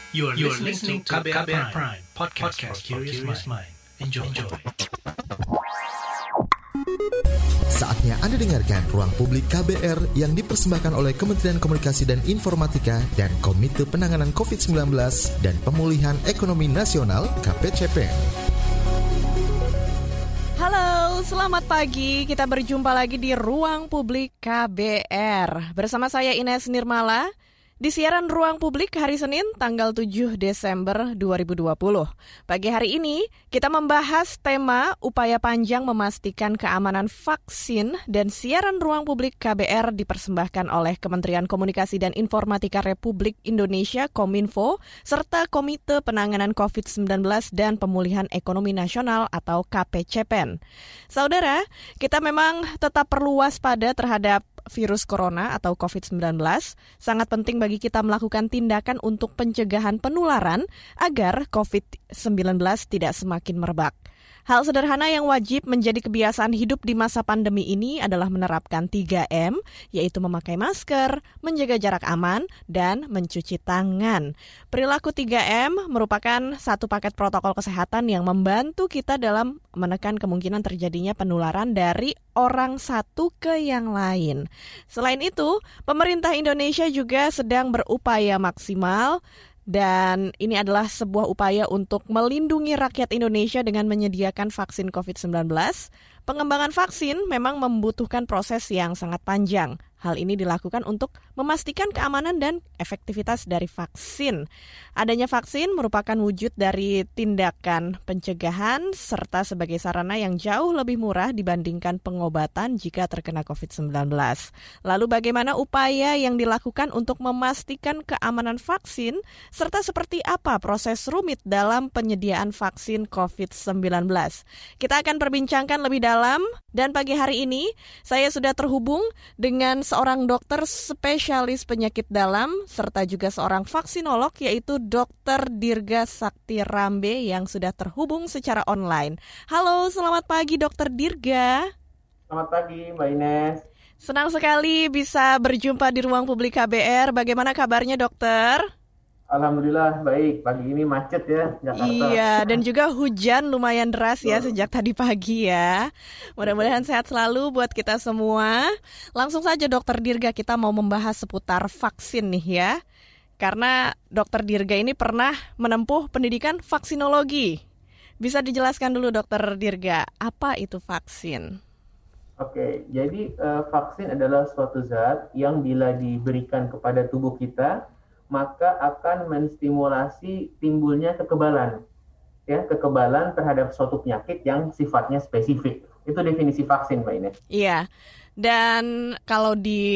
You are listening to KBR Prime, podcast for curious mind. Enjoy. Saatnya Anda dengarkan Ruang Publik KBR yang dipersembahkan oleh Kementerian Komunikasi dan Informatika dan Komite Penanganan COVID-19 dan Pemulihan Ekonomi Nasional (KPCPN). Halo, selamat pagi. Kita berjumpa lagi di Ruang Publik KBR. Bersama saya Ines Nirmala. Di siaran Ruang Publik hari Senin tanggal 7 Desember 2020. Pagi hari ini kita membahas tema upaya panjang memastikan keamanan vaksin dan siaran Ruang Publik KBR dipersembahkan oleh Kementerian Komunikasi dan Informatika Republik Indonesia Kominfo serta Komite Penanganan COVID-19 dan Pemulihan Ekonomi Nasional atau KPCPN. Saudara, kita memang tetap perlu waspada terhadap virus corona atau COVID-19, sangat penting bagi kita melakukan tindakan untuk pencegahan penularan agar COVID-19 tidak semakin merebak. Hal sederhana yang wajib menjadi kebiasaan hidup di masa pandemi ini adalah menerapkan 3M, yaitu memakai masker, menjaga jarak aman, dan mencuci tangan. Perilaku 3M merupakan satu paket protokol kesehatan yang membantu kita dalam menekan kemungkinan terjadinya penularan dari orang satu ke yang lain. Selain itu, pemerintah Indonesia juga sedang berupaya maksimal. Dan ini adalah sebuah upaya untuk melindungi rakyat Indonesia dengan menyediakan vaksin COVID-19. Pengembangan vaksin memang membutuhkan proses yang sangat panjang. Hal ini dilakukan untuk memastikan keamanan dan efektivitas dari vaksin. Adanya vaksin merupakan wujud dari tindakan pencegahan serta sebagai sarana yang jauh lebih murah dibandingkan pengobatan jika terkena COVID-19. Lalu bagaimana upaya yang dilakukan untuk memastikan keamanan vaksin serta seperti apa proses rumit dalam penyediaan vaksin COVID-19? Kita akan perbincangkan lebih dalam dan pagi hari ini saya sudah terhubung dengan seorang dokter spesialis penyakit dalam serta juga seorang vaksinolog yaitu Dr. Dirga Sakti Rambe yang sudah terhubung secara online. Halo, selamat pagi Dr. Dirga. Selamat pagi Mbak Ines. Senang sekali bisa berjumpa di Ruang Publik KBR. Bagaimana kabarnya dokter? Alhamdulillah baik, pagi ini macet ya Jakarta. Iya, dan juga hujan lumayan deras ya sejak tadi pagi ya. Mudah-mudahan sehat selalu buat kita semua. Langsung saja Dr. Dirga, kita mau membahas seputar vaksin nih ya. Karena Dr. Dirga ini pernah menempuh pendidikan vaksinologi. Bisa dijelaskan dulu Dr. Dirga, apa itu vaksin? Oke, jadi vaksin adalah suatu zat yang bila diberikan kepada tubuh kita maka akan menstimulasi timbulnya kekebalan, ya, kekebalan terhadap suatu penyakit yang sifatnya spesifik. Itu definisi vaksin, Mbak Ines. Iya, dan kalau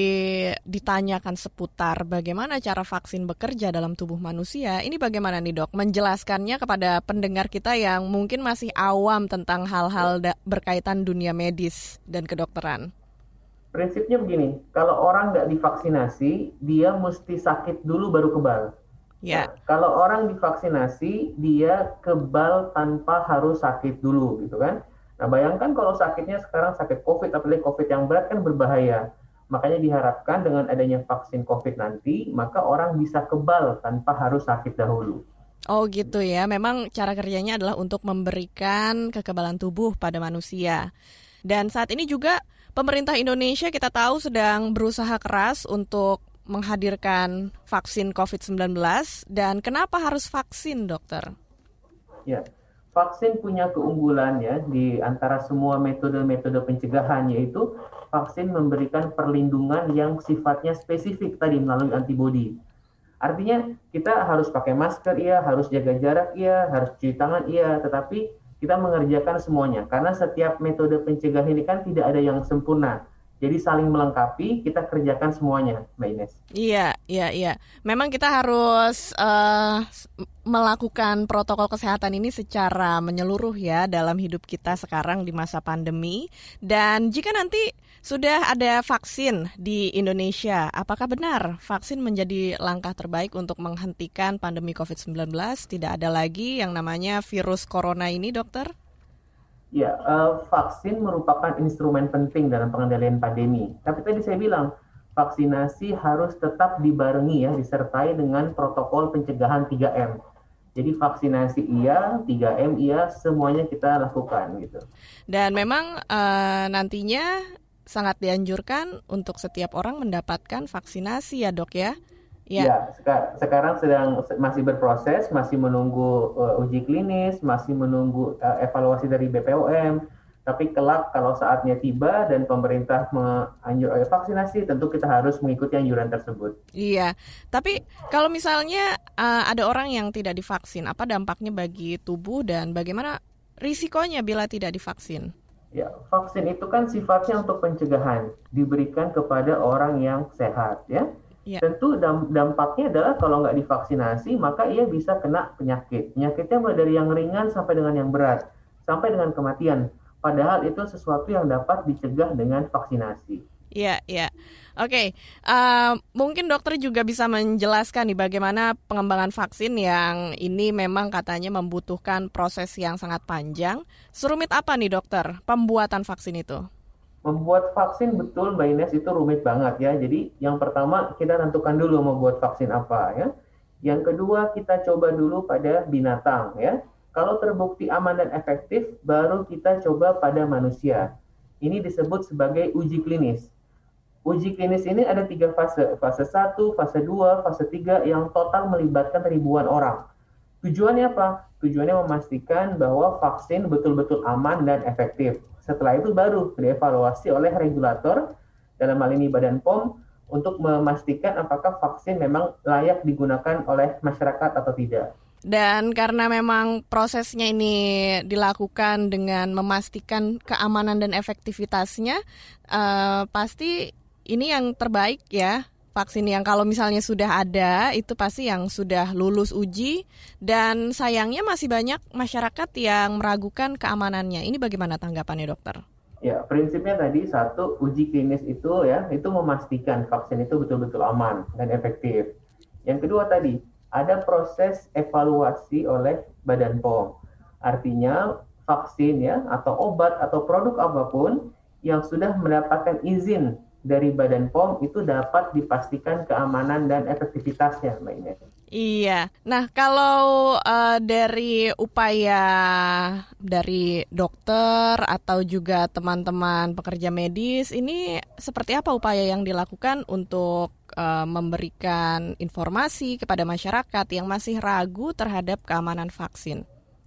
ditanyakan seputar bagaimana cara vaksin bekerja dalam tubuh manusia, ini bagaimana nih dok? Menjelaskannya kepada pendengar kita yang mungkin masih awam tentang hal-hal berkaitan dunia medis dan kedokteran. Prinsipnya begini, kalau orang nggak divaksinasi, dia mesti sakit dulu baru kebal. Ya. Nah, kalau orang divaksinasi, dia kebal tanpa harus sakit dulu, gitu kan? Nah, bayangkan kalau sakitnya sekarang sakit COVID, apalagi COVID yang berat kan berbahaya. Makanya diharapkan dengan adanya vaksin COVID nanti, maka orang bisa kebal tanpa harus sakit dahulu. Oh gitu ya, memang cara kerjanya adalah untuk memberikan kekebalan tubuh pada manusia. Dan saat ini juga pemerintah Indonesia kita tahu sedang berusaha keras untuk menghadirkan vaksin COVID-19. Dan kenapa harus vaksin, dokter? Ya, vaksin punya keunggulan ya di antara semua metode-metode pencegahan, yaitu vaksin memberikan perlindungan yang sifatnya spesifik tadi melalui antibodi. Artinya kita harus pakai masker, iya, harus jaga jarak, iya, harus cuci tangan, iya, tetapi kita mengerjakan semuanya, karena setiap metode pencegahan ini kan tidak ada yang sempurna. Jadi saling melengkapi, kita kerjakan semuanya, Mbak Ines. Iya. Memang kita harus melakukan protokol kesehatan ini secara menyeluruh ya dalam hidup kita sekarang di masa pandemi. Dan jika nanti sudah ada vaksin di Indonesia, apakah benar vaksin menjadi langkah terbaik untuk menghentikan pandemi COVID-19? Tidak ada lagi yang namanya virus corona ini, dokter? Ya, vaksin merupakan instrumen penting dalam pengendalian pandemi. Tapi tadi saya bilang, vaksinasi harus tetap dibarengi ya, disertai dengan protokol pencegahan 3M. Jadi vaksinasi iya, 3M iya, semuanya kita lakukan gitu. Dan memang nantinya sangat dianjurkan untuk setiap orang mendapatkan vaksinasi ya dok ya? Ya, sekarang masih berproses, masih menunggu uji klinis, masih menunggu evaluasi dari BPOM. Tapi kelak kalau saatnya tiba dan pemerintah menganjurkan vaksinasi, tentu kita harus mengikuti anjuran tersebut. Iya, tapi kalau misalnya ada orang yang tidak divaksin, apa dampaknya bagi tubuh dan bagaimana risikonya bila tidak divaksin? Ya, vaksin itu kan sifatnya untuk pencegahan, diberikan kepada orang yang sehat, ya. Ya. Tentu dampaknya adalah kalau nggak divaksinasi, maka ia bisa kena penyakit. Penyakitnya mulai dari yang ringan sampai dengan yang berat, sampai dengan kematian. Padahal itu sesuatu yang dapat dicegah dengan vaksinasi. Iya, iya. Oke, mungkin dokter juga bisa menjelaskan nih bagaimana pengembangan vaksin yang ini memang katanya membutuhkan proses yang sangat panjang. Serumit apa nih dokter pembuatan vaksin itu? Membuat vaksin betul Mbak Ines itu rumit banget ya. Jadi yang pertama kita tentukan dulu mau buat vaksin apa ya. Yang kedua kita coba dulu pada binatang ya. Kalau terbukti aman dan efektif, baru kita coba pada manusia. Ini disebut sebagai uji klinis. Uji klinis ini ada 3 fase. Fase 1, fase 2, fase 3 yang total melibatkan ribuan orang. Tujuannya apa? Tujuannya memastikan bahwa vaksin betul-betul aman dan efektif. Setelah itu baru dievaluasi oleh regulator, dalam hal ini Badan POM, untuk memastikan apakah vaksin memang layak digunakan oleh masyarakat atau tidak. Dan karena memang prosesnya ini dilakukan dengan memastikan keamanan dan efektivitasnya, pasti ini yang terbaik ya, vaksin yang kalau misalnya sudah ada, itu pasti yang sudah lulus uji, dan sayangnya masih banyak masyarakat yang meragukan keamanannya. Ini bagaimana tanggapannya dokter? Ya, prinsipnya tadi satu, uji klinis itu ya, itu memastikan vaksin itu betul-betul aman dan efektif. Yang kedua tadi, ada proses evaluasi oleh Badan POM. Artinya vaksin ya atau obat atau produk apapun yang sudah mendapatkan izin dari Badan POM itu dapat dipastikan keamanan dan efektivitasnya, Mbak Ines. Iya. Nah, kalau dari upaya dari dokter atau juga teman-teman pekerja medis, ini seperti apa upaya yang dilakukan untuk memberikan informasi kepada masyarakat yang masih ragu terhadap keamanan vaksin?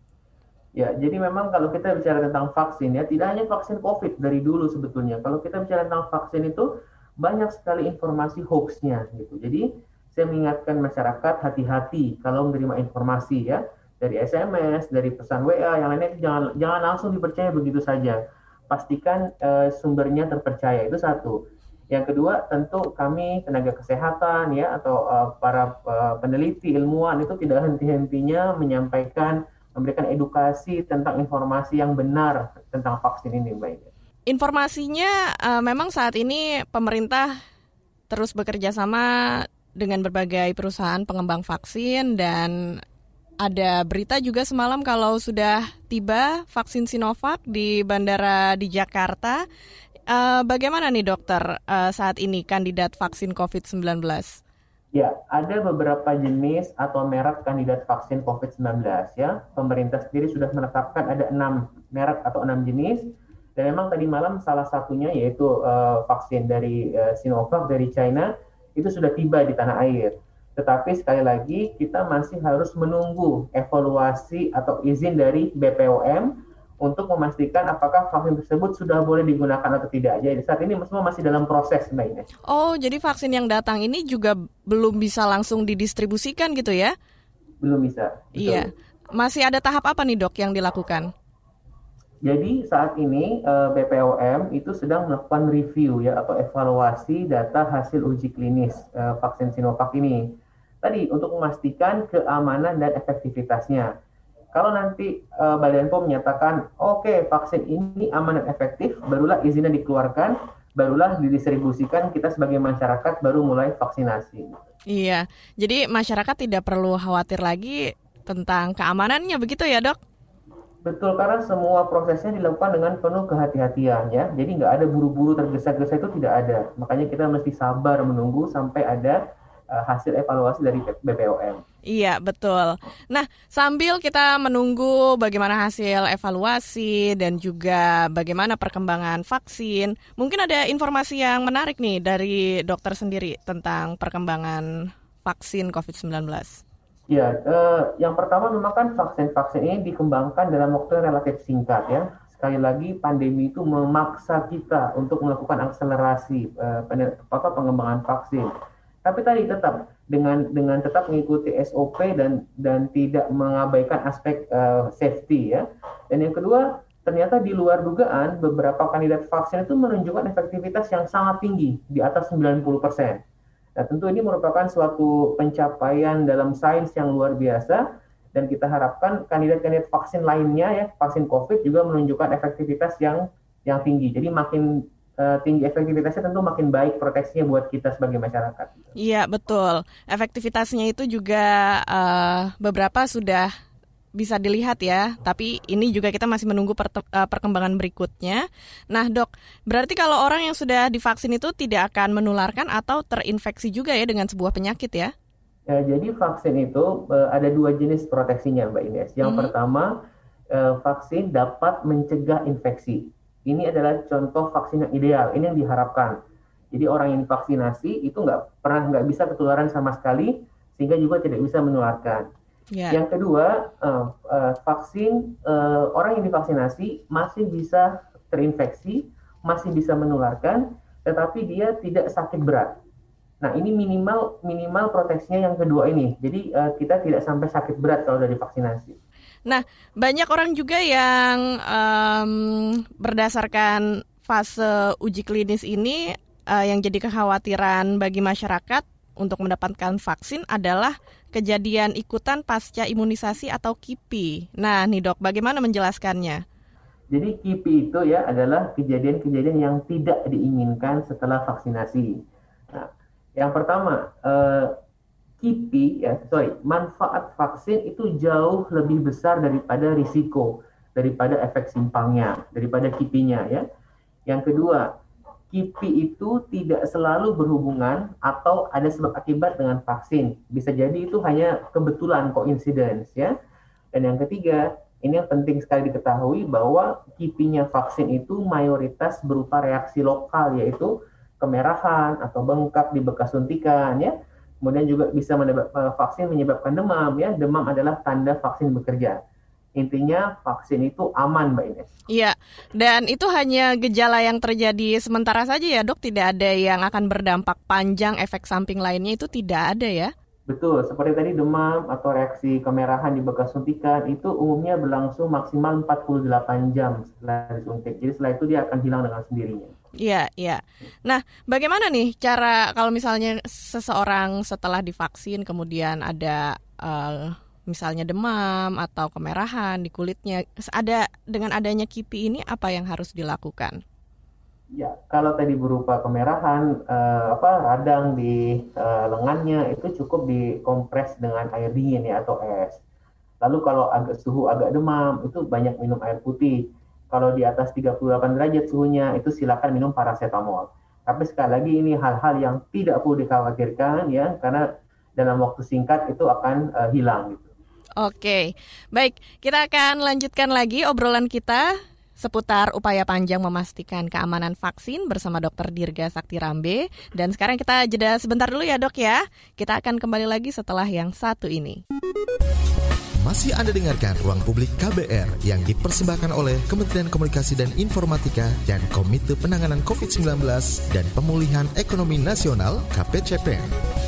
Ya, jadi memang kalau kita bicara tentang vaksin ya, tidak hanya vaksin COVID dari dulu sebetulnya. Kalau kita bicara tentang vaksin itu banyak sekali informasi hoax-nya gitu. Jadi saya mengingatkan masyarakat hati-hati kalau menerima informasi ya dari SMS, dari pesan WA, yang lainnya jangan langsung dipercaya begitu saja. Pastikan sumbernya terpercaya, itu satu. Yang kedua, tentu kami tenaga kesehatan ya atau para peneliti ilmuwan itu tidak henti-hentinya memberikan edukasi tentang informasi yang benar tentang vaksin ini, Mbak. Informasinya memang saat ini pemerintah terus bekerja sama dengan berbagai perusahaan pengembang vaksin, dan ada berita juga semalam kalau sudah tiba vaksin Sinovac di bandara di Jakarta. Bagaimana nih dokter saat ini kandidat vaksin COVID-19? Ya, ada beberapa jenis atau merek kandidat vaksin COVID-19 ya. Pemerintah sendiri sudah menetapkan ada 6 merek atau 6 jenis. Dan memang tadi malam salah satunya yaitu vaksin dari Sinovac dari China itu sudah tiba di tanah air. Tetapi sekali lagi kita masih harus menunggu evaluasi atau izin dari BPOM untuk memastikan apakah vaksin tersebut sudah boleh digunakan atau tidak. Jadi saat ini semua masih dalam proses, Mbak Ines. Oh, jadi vaksin yang datang ini juga belum bisa langsung didistribusikan gitu ya? Belum bisa. Betul. Iya. Masih ada tahap apa nih dok yang dilakukan? Jadi saat ini BPOM itu sedang melakukan review ya atau evaluasi data hasil uji klinis vaksin Sinovac ini. Tadi untuk memastikan keamanan dan efektivitasnya. Kalau nanti Badan POM menyatakan oke, vaksin ini aman dan efektif, barulah izinnya dikeluarkan, barulah didistribusikan, kita sebagai masyarakat baru mulai vaksinasi. Iya, jadi masyarakat tidak perlu khawatir lagi tentang keamanannya, begitu ya dok? Betul, karena semua prosesnya dilakukan dengan penuh kehati-hatian ya. Jadi nggak ada buru-buru tergesa-gesa, itu tidak ada. Makanya kita mesti sabar menunggu sampai ada hasil evaluasi dari BPOM. Iya, betul. Nah, sambil kita menunggu bagaimana hasil evaluasi dan juga bagaimana perkembangan vaksin, mungkin ada informasi yang menarik nih dari dokter sendiri tentang perkembangan vaksin COVID-19. Ya, yang pertama memang kan vaksin-vaksin ini dikembangkan dalam waktu yang relatif singkat ya. Sekali lagi pandemi itu memaksa kita untuk melakukan akselerasi pengembangan vaksin. Tapi tadi tetap dengan tetap mengikuti SOP dan tidak mengabaikan aspek safety ya. Dan yang kedua, ternyata di luar dugaan beberapa kandidat vaksin itu menunjukkan efektivitas yang sangat tinggi di atas 90%. Nah, tentu ini merupakan suatu pencapaian dalam sains yang luar biasa dan kita harapkan kandidat-kandidat vaksin lainnya ya, vaksin COVID juga menunjukkan efektivitas yang tinggi. Jadi makin tinggi efektivitasnya tentu makin baik proteksinya buat kita sebagai masyarakat. Iya, betul. Efektivitasnya itu juga beberapa sudah bisa dilihat ya, tapi ini juga kita masih menunggu perkembangan berikutnya. Nah, Dok, berarti kalau orang yang sudah divaksin itu tidak akan menularkan atau terinfeksi juga ya dengan sebuah penyakit ya? Jadi vaksin itu ada dua jenis proteksinya, Mbak Ines. Yang pertama, vaksin dapat mencegah infeksi. Ini adalah contoh vaksin yang ideal, ini yang diharapkan. Jadi orang yang divaksinasi itu nggak bisa ketularan sama sekali, sehingga juga tidak bisa menularkan. Yeah. Yang kedua, vaksin orang yang divaksinasi masih bisa terinfeksi, masih bisa menularkan, tetapi dia tidak sakit berat. Nah, ini minimal proteksinya yang kedua ini. Jadi kita tidak sampai sakit berat kalau sudah divaksinasi. Nah, banyak orang juga yang berdasarkan fase uji klinis ini yang jadi kekhawatiran bagi masyarakat untuk mendapatkan vaksin adalah kejadian ikutan pasca imunisasi atau KIPI. Nah, nih Dok, bagaimana menjelaskannya? Jadi KIPI itu ya adalah kejadian-kejadian yang tidak diinginkan setelah vaksinasi. Nah, yang pertama, manfaat vaksin itu jauh lebih besar daripada risiko, daripada efek simpangnya, daripada KIPI-nya ya. Yang kedua, KIPI itu tidak selalu berhubungan atau ada sebab akibat dengan vaksin. Bisa jadi itu hanya kebetulan, coincidence ya. Dan yang ketiga, ini yang penting sekali diketahui bahwa KIPI-nya vaksin itu mayoritas berupa reaksi lokal, yaitu kemerahan atau bengkak di bekas suntikan ya. Kemudian juga bisa vaksin menyebabkan demam ya. Demam adalah tanda vaksin bekerja. Intinya vaksin itu aman, Mbak Ines. Iya, dan itu hanya gejala yang terjadi sementara saja ya, Dok? Tidak ada yang akan berdampak panjang, efek samping lainnya itu tidak ada ya? Betul, seperti tadi demam atau reaksi kemerahan di bekas suntikan itu umumnya berlangsung maksimal 48 jam setelah disuntik. Jadi setelah itu dia akan hilang dengan sendirinya. Iya, iya. Nah, bagaimana nih cara kalau misalnya seseorang setelah divaksin kemudian ada misalnya demam atau kemerahan di kulitnya, dengan adanya KIPI ini apa yang harus dilakukan? Ya, kalau tadi berupa kemerahan, radang di lengannya itu cukup dikompres dengan air dingin ya atau es. Lalu kalau suhu agak demam itu banyak minum air putih. Kalau di atas 38 derajat suhunya itu silakan minum paracetamol. Tapi sekali lagi ini hal-hal yang tidak perlu dikhawatirkan ya, karena dalam waktu singkat itu akan hilang gitu. Oke, baik. Kita akan lanjutkan lagi obrolan kita seputar upaya panjang memastikan keamanan vaksin bersama Dr. Dirga Saktirambe. Dan sekarang kita jeda sebentar dulu ya, Dok ya. Kita akan kembali lagi setelah yang satu ini. Masih Anda dengarkan Ruang Publik KBR yang dipersembahkan oleh Kementerian Komunikasi dan Informatika dan Komite Penanganan COVID-19 dan Pemulihan Ekonomi Nasional KPCPN.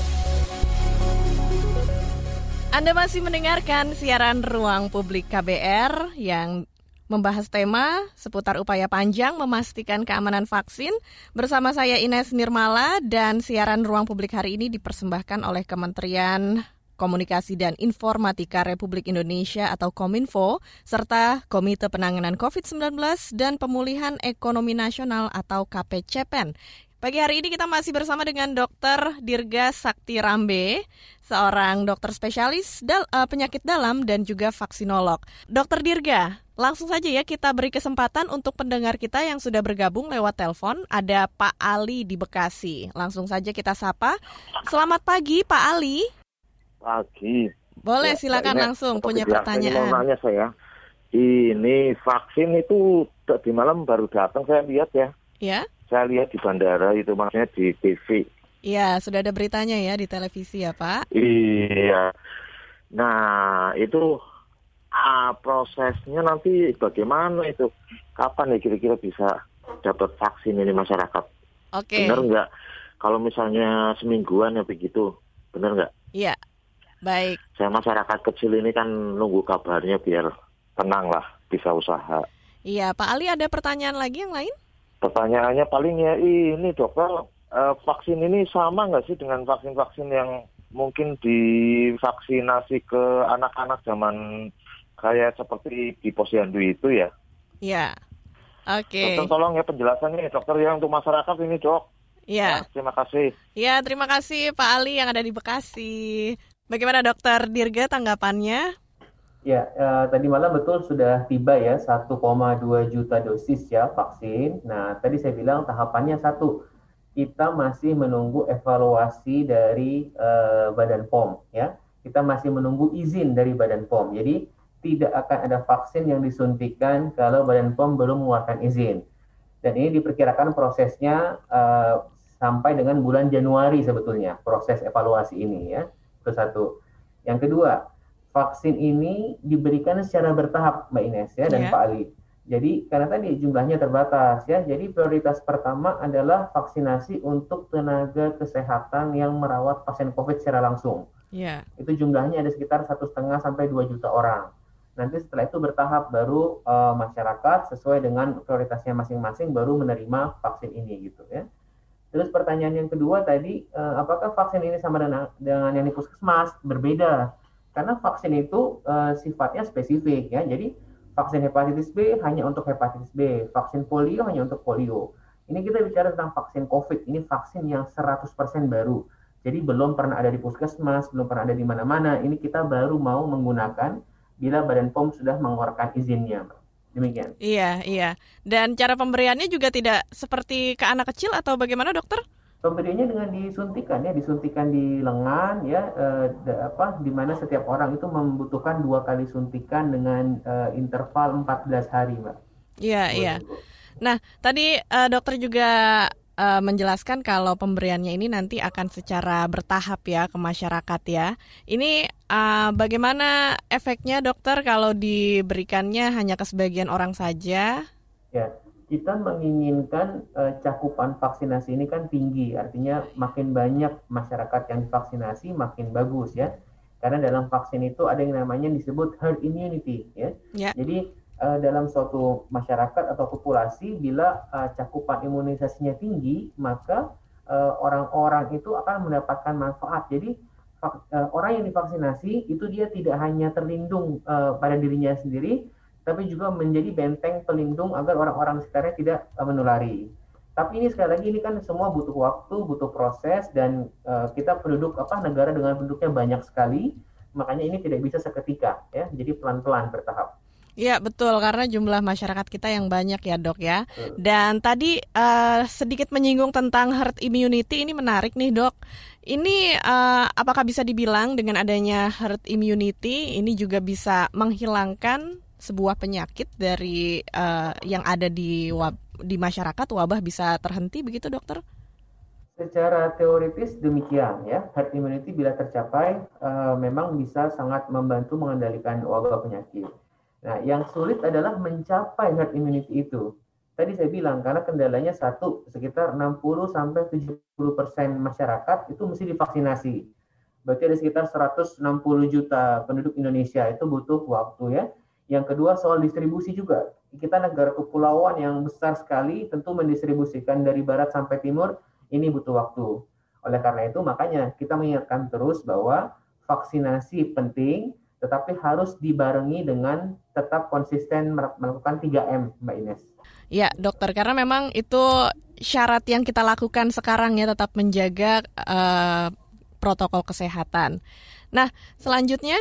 Anda masih mendengarkan siaran Ruang Publik KBR yang membahas tema seputar upaya panjang memastikan keamanan vaksin bersama saya Ines Nirmala, dan siaran Ruang Publik hari ini dipersembahkan oleh Kementerian Komunikasi dan Informatika Republik Indonesia atau Kominfo serta Komite Penanganan COVID-19 dan Pemulihan Ekonomi Nasional atau KPCPEN. Pagi hari ini kita masih bersama dengan Dr. Dirga Saktirambe, seorang dokter spesialis penyakit dalam dan juga vaksinolog. Dr. Dirga, Langsung saja ya kita beri kesempatan untuk pendengar kita yang sudah bergabung lewat telepon. Ada Pak Ali di Bekasi. Langsung saja kita sapa. Selamat pagi Pak Ali. Pagi. Boleh silakan langsung punya pertanyaan. Mau nanya saya. Ini vaksin itu tadi malam baru datang saya lihat ya. Ya. Saya lihat di bandara itu, maksudnya di TV. Iya, sudah ada beritanya ya di televisi ya Pak. Iya. Nah itu prosesnya nanti bagaimana itu? Kapan ya kira-kira bisa dapat vaksin ini masyarakat? Oke. Benar nggak? Kalau misalnya semingguan ya begitu, benar nggak? Iya, baik. Saya masyarakat kecil ini kan nunggu kabarnya biar tenang lah, bisa usaha. Iya, Pak Ali ada pertanyaan lagi yang lain? Pertanyaannya paling ya ini dokter, vaksin ini sama nggak sih dengan vaksin-vaksin yang mungkin divaksinasi ke anak-anak zaman kayak seperti di Posyandu itu ya? Iya, oke. Dokter tolong ya penjelasannya dokter ya untuk masyarakat ini dok. Iya. Ya, terima kasih. Ya, terima kasih Pak Ali yang ada di Bekasi. Bagaimana Dokter Dirga tanggapannya? Ya, tadi malam betul sudah tiba ya 1,2 juta dosis ya vaksin. Nah, tadi saya bilang tahapannya satu, kita masih menunggu evaluasi dari Badan POM ya. Kita masih menunggu izin dari Badan POM. Jadi tidak akan ada vaksin yang disuntikan kalau Badan POM belum mengeluarkan izin. Dan ini diperkirakan prosesnya sampai dengan bulan Januari sebetulnya, proses evaluasi ini ya. Itu satu. Yang kedua, vaksin ini diberikan secara bertahap Mbak Ines ya dan Pak Ali. Jadi karena tadi jumlahnya terbatas ya, jadi prioritas pertama adalah vaksinasi untuk tenaga kesehatan yang merawat pasien COVID secara langsung. Itu jumlahnya ada sekitar 1,5 sampai 2 juta orang. Nanti setelah itu bertahap baru masyarakat sesuai dengan prioritasnya masing-masing baru menerima vaksin ini gitu ya. Terus pertanyaan yang kedua tadi, apakah vaksin ini sama dengan yang di puskesmas? Berbeda. Karena vaksin itu sifatnya spesifik ya. Jadi vaksin hepatitis B hanya untuk hepatitis B, vaksin polio hanya untuk polio. Ini kita bicara tentang vaksin COVID. Ini vaksin yang 100% baru. Jadi belum pernah ada di puskesmas, belum pernah ada di mana-mana. Ini kita baru mau menggunakan bila Badan POM sudah mengeluarkan izinnya. Demikian. Iya. Dan cara pemberiannya juga tidak seperti ke anak kecil atau bagaimana dokter? Pemberiannya dengan disuntikan di lengan ya, di mana setiap orang itu membutuhkan 2 kali suntikan dengan interval 14 hari, Mbak. Iya. Nah, tadi dokter juga menjelaskan kalau pemberiannya ini nanti akan secara bertahap ya ke masyarakat ya. Ini bagaimana efeknya dokter kalau diberikannya hanya ke sebagian orang saja? Ya. Kita menginginkan cakupan vaksinasi ini kan tinggi, artinya makin banyak masyarakat yang divaksinasi makin bagus ya. Karena dalam vaksin itu ada yang namanya disebut herd immunity ya. Jadi dalam suatu masyarakat atau populasi bila cakupan imunisasinya tinggi, maka orang-orang itu akan mendapatkan manfaat. Jadi orang yang divaksinasi itu dia tidak hanya terlindung pada dirinya sendiri, tapi juga menjadi benteng pelindung agar orang-orang sekitarnya tidak menulari. Tapi ini sekali lagi ini kan semua butuh waktu, butuh proses, dan kita negara dengan penduduknya banyak sekali, makanya ini tidak bisa seketika ya, jadi pelan-pelan bertahap. Iya betul, karena jumlah masyarakat kita yang banyak ya dok ya. Dan tadi sedikit menyinggung tentang herd immunity, ini menarik nih dok. Ini apakah bisa dibilang dengan adanya herd immunity ini juga bisa menghilangkan sebuah penyakit dari yang ada di masyarakat, wabah bisa terhenti begitu dokter? Secara teoritis demikian ya, herd immunity bila tercapai memang bisa sangat membantu mengendalikan wabah penyakit. Nah, yang sulit adalah mencapai herd immunity itu. Tadi saya bilang karena kendalanya satu, sekitar 60-70% masyarakat itu mesti divaksinasi. Berarti ada sekitar 160 juta penduduk Indonesia, itu butuh waktu ya. Yang kedua soal distribusi juga. Kita negara kepulauan yang besar sekali, tentu mendistribusikan dari barat sampai timur, ini butuh waktu. Oleh karena itu, makanya kita mengingatkan terus bahwa vaksinasi penting, tetapi harus dibarengi dengan tetap konsisten melakukan 3M, Mbak Ines. Ya, dokter, karena memang itu syarat yang kita lakukan sekarang ya, tetap menjaga protokol kesehatan. Nah, selanjutnya,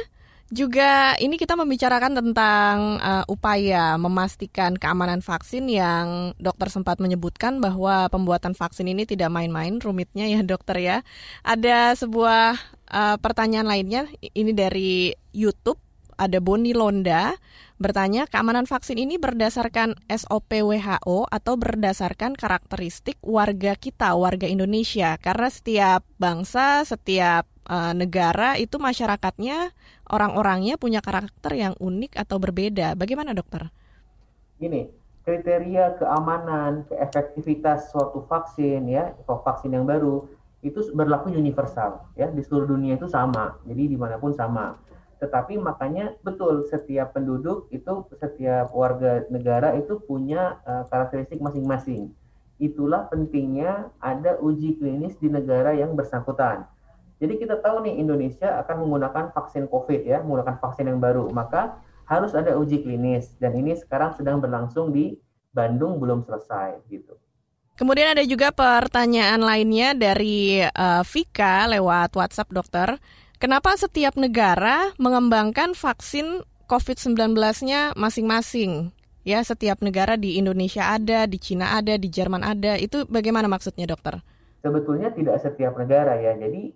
Juga ini kita membicarakan tentang upaya memastikan keamanan vaksin yang dokter sempat menyebutkan bahwa pembuatan vaksin ini tidak main-main rumitnya ya dokter ya. Ada sebuah pertanyaan lainnya, ini dari YouTube, ada Boni Londa bertanya, keamanan vaksin ini berdasarkan SOP WHO atau berdasarkan karakteristik warga kita, warga Indonesia? Karena setiap bangsa, setiap negara itu masyarakatnya, orang-orangnya punya karakter yang unik atau berbeda. Bagaimana dokter? Gini, kriteria keamanan, keefektivitas suatu vaksin ya, atau vaksin yang baru itu berlaku universal ya, di seluruh dunia itu sama. Jadi dimanapun sama. Tetapi makanya betul setiap penduduk itu, setiap warga negara itu punya karakteristik masing-masing. Itulah pentingnya ada uji klinis di negara yang bersangkutan. Jadi kita tahu nih Indonesia akan menggunakan vaksin COVID ya, menggunakan vaksin yang baru. Maka harus ada uji klinis dan ini sekarang sedang berlangsung di Bandung, belum selesai gitu. Kemudian ada juga pertanyaan lainnya dari Vika lewat WhatsApp dokter. Kenapa setiap negara mengembangkan vaksin COVID-19-nya masing-masing? Ya, setiap negara di Indonesia ada, di Cina ada, di Jerman ada. Itu bagaimana maksudnya dokter? Sebetulnya tidak setiap negara ya, jadi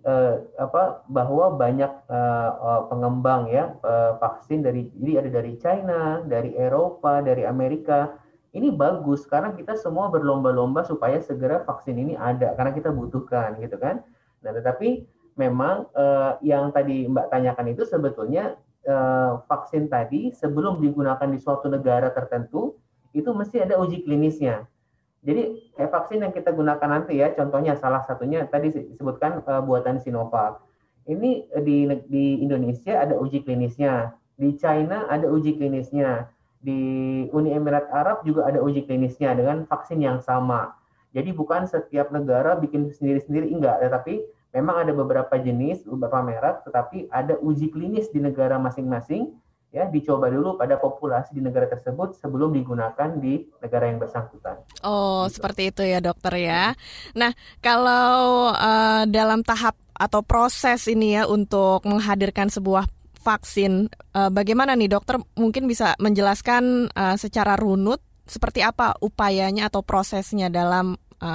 bahwa banyak pengembang ya vaksin jadi ada dari China, dari Eropa, dari Amerika. Ini bagus karena kita semua berlomba-lomba supaya segera vaksin ini ada karena kita butuhkan gitu kan. Nah tetapi memang yang tadi Mbak tanyakan itu sebetulnya vaksin tadi sebelum digunakan di suatu negara tertentu itu mesti ada uji klinisnya. Jadi kayak vaksin yang kita gunakan nanti ya, contohnya salah satunya tadi disebutkan buatan Sinovac. Ini di Indonesia ada uji klinisnya, di China ada uji klinisnya, di Uni Emirat Arab juga ada uji klinisnya dengan vaksin yang sama. Jadi bukan setiap negara bikin sendiri-sendiri, enggak, tetapi memang ada beberapa jenis, beberapa merek, tetapi ada uji klinis di negara masing-masing. Ya, dicoba dulu pada populasi di negara tersebut sebelum digunakan di negara yang bersangkutan. Oh, gitu. Seperti itu ya dokter ya. Nah, kalau dalam tahap atau proses ini ya untuk menghadirkan sebuah vaksin, bagaimana nih dokter mungkin bisa menjelaskan secara runut seperti apa upayanya atau prosesnya dalam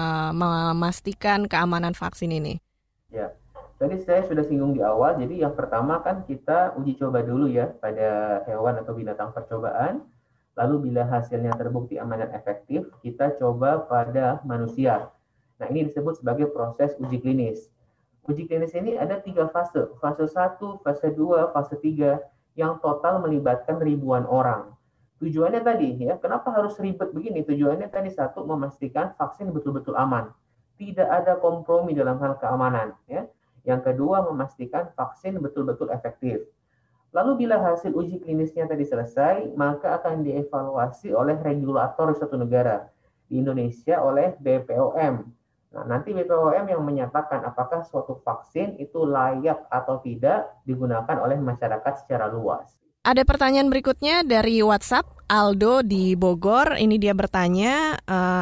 memastikan keamanan vaksin ini? Ya. Tadi saya sudah singgung di awal, jadi yang pertama kan kita uji coba dulu ya pada hewan atau binatang percobaan, lalu bila hasilnya terbukti aman dan efektif, kita coba pada manusia. Nah ini disebut sebagai proses uji klinis. Uji klinis ini ada 3 fase, fase 1, fase 2, fase 3, yang total melibatkan ribuan orang. Tujuannya tadi ya, kenapa harus ribet begini? Tujuannya tadi satu, memastikan vaksin betul-betul aman. Tidak ada kompromi dalam hal keamanan ya. Yang kedua, memastikan vaksin betul-betul efektif. Lalu bila hasil uji klinisnya tadi selesai, maka akan dievaluasi oleh regulator di suatu negara. Di Indonesia oleh BPOM. Nah, nanti BPOM yang menyatakan apakah suatu vaksin itu layak atau tidak digunakan oleh masyarakat secara luas. Ada pertanyaan berikutnya dari WhatsApp, Aldo di Bogor. Ini dia bertanya,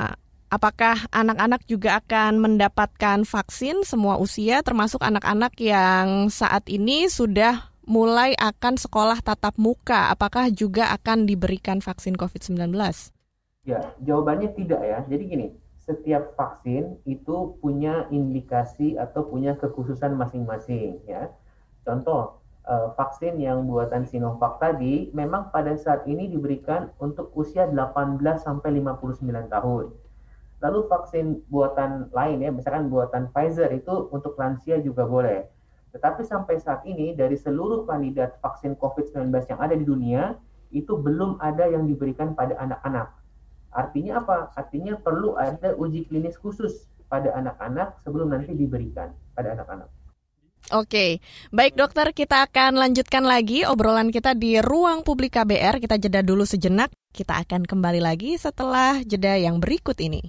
apakah anak-anak juga akan mendapatkan vaksin semua usia, termasuk anak-anak yang saat ini sudah mulai akan sekolah tatap muka? Apakah juga akan diberikan vaksin COVID-19? Ya, jawabannya tidak ya. Jadi gini, setiap vaksin itu punya indikasi atau punya kekhususan masing-masing ya. Contoh, vaksin yang buatan Sinovac tadi memang pada saat ini diberikan untuk usia 18 sampai 59 tahun. Lalu vaksin buatan lain ya, misalkan buatan Pfizer itu untuk lansia juga boleh. Tetapi sampai saat ini dari seluruh kandidat vaksin COVID-19 yang ada di dunia, itu belum ada yang diberikan pada anak-anak. Artinya apa? Artinya perlu ada uji klinis khusus pada anak-anak sebelum nanti diberikan pada anak-anak. Oke, baik dokter, kita akan lanjutkan lagi obrolan kita di Ruang Publik KBR. Kita jeda dulu sejenak, kita akan kembali lagi setelah jeda yang berikut ini.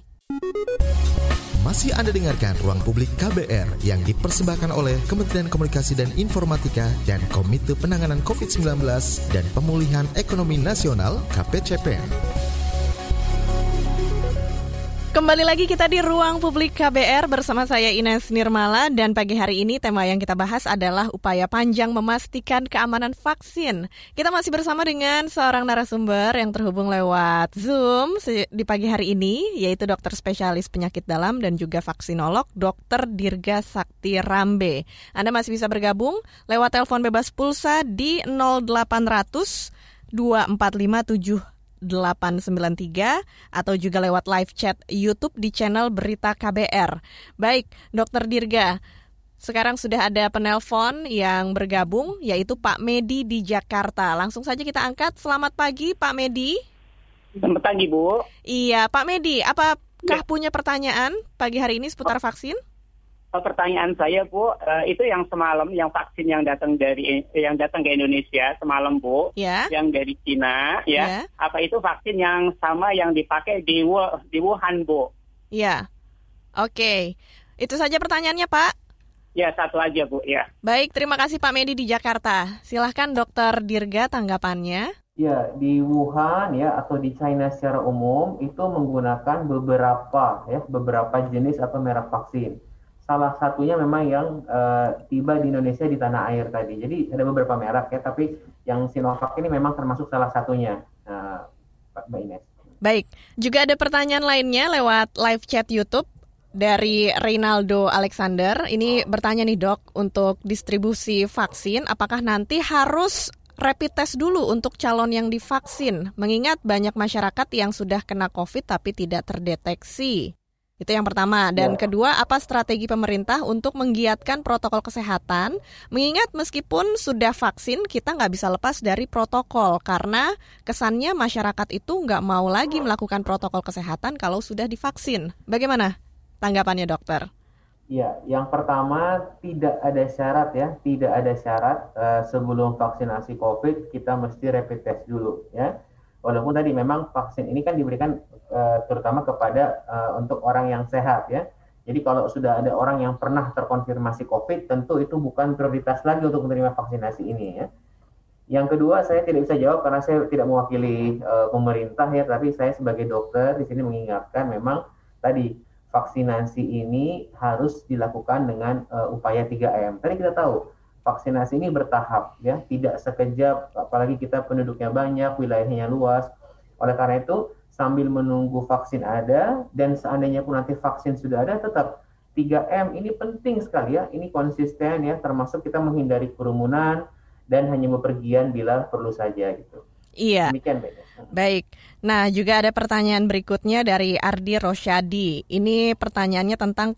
Masih Anda dengarkan Ruang Publik KBR yang dipersembahkan oleh Kementerian Komunikasi dan Informatika dan Komite Penanganan COVID-19 dan Pemulihan Ekonomi Nasional (KPCPN). Kembali lagi kita di Ruang Publik KBR bersama saya Ines Nirmala dan pagi hari ini tema yang kita bahas adalah upaya panjang memastikan keamanan vaksin. Kita masih bersama dengan seorang narasumber yang terhubung lewat Zoom di pagi hari ini, yaitu dokter spesialis penyakit dalam dan juga vaksinolog Dr. Dirga Sakti Rambe. Anda masih bisa bergabung lewat telepon bebas pulsa di 0800 245 893 atau juga lewat live chat YouTube di channel Berita KBR. Baik, Dr. Dirga, sekarang sudah ada penelpon yang bergabung, yaitu Pak Medi di Jakarta. Langsung saja kita angkat. Selamat pagi, Pak Medi. Selamat pagi, Bu. Iya, Pak Medi, apakah punya pertanyaan pagi hari ini seputar vaksin? Pertanyaan saya, Bu, itu yang semalam, yang vaksin yang datang ke Indonesia semalam, Bu, yang dari Cina, apa itu vaksin yang sama yang dipakai di Wuhan, Bu? Iya, oke. Itu saja pertanyaannya, Pak. Ya, satu aja, Bu, ya. Baik, terima kasih Pak Medi di Jakarta. Silahkan Dr. Dirga tanggapannya. Ya, di Wuhan ya atau di China secara umum itu menggunakan beberapa jenis atau merek vaksin. Salah satunya memang yang tiba di Indonesia di tanah air tadi. Jadi ada beberapa merek ya, tapi yang Sinovac ini memang termasuk salah satunya, Mbak Ines. Baik, juga ada pertanyaan lainnya lewat live chat YouTube dari Reynaldo Alexander. Ini bertanya nih dok, untuk distribusi vaksin, apakah nanti harus rapid test dulu untuk calon yang divaksin? Mengingat banyak masyarakat yang sudah kena COVID tapi tidak terdeteksi. Itu yang pertama. Dan kedua, apa strategi pemerintah untuk menggiatkan protokol kesehatan? Mengingat meskipun sudah vaksin, kita nggak bisa lepas dari protokol. Karena kesannya masyarakat itu nggak mau lagi melakukan protokol kesehatan kalau sudah divaksin. Bagaimana tanggapannya, dokter? Ya, yang pertama tidak ada syarat ya. Tidak ada syarat sebelum vaksinasi COVID kita mesti rapid test dulu ya. Walaupun tadi memang vaksin ini kan diberikan terutama kepada untuk orang yang sehat ya. Jadi kalau sudah ada orang yang pernah terkonfirmasi COVID, tentu itu bukan prioritas lagi untuk menerima vaksinasi ini ya. Yang kedua, saya tidak bisa jawab karena saya tidak mewakili pemerintah ya, tapi saya sebagai dokter di sini mengingatkan memang tadi vaksinasi ini harus dilakukan dengan upaya 3M. Tadi kita tahu vaksinasi ini bertahap ya, tidak sekejap, apalagi kita penduduknya banyak, wilayahnya luas. Oleh karena itu, sambil menunggu vaksin ada, dan seandainya pun nanti vaksin sudah ada, tetap 3M ini penting sekali ya, ini konsisten ya, termasuk kita menghindari kerumunan, dan hanya bepergian bila perlu saja gitu. Iya. Demikian, Mbak. Baik. Nah, juga ada pertanyaan berikutnya dari Ardi Rosyadi. Ini pertanyaannya tentang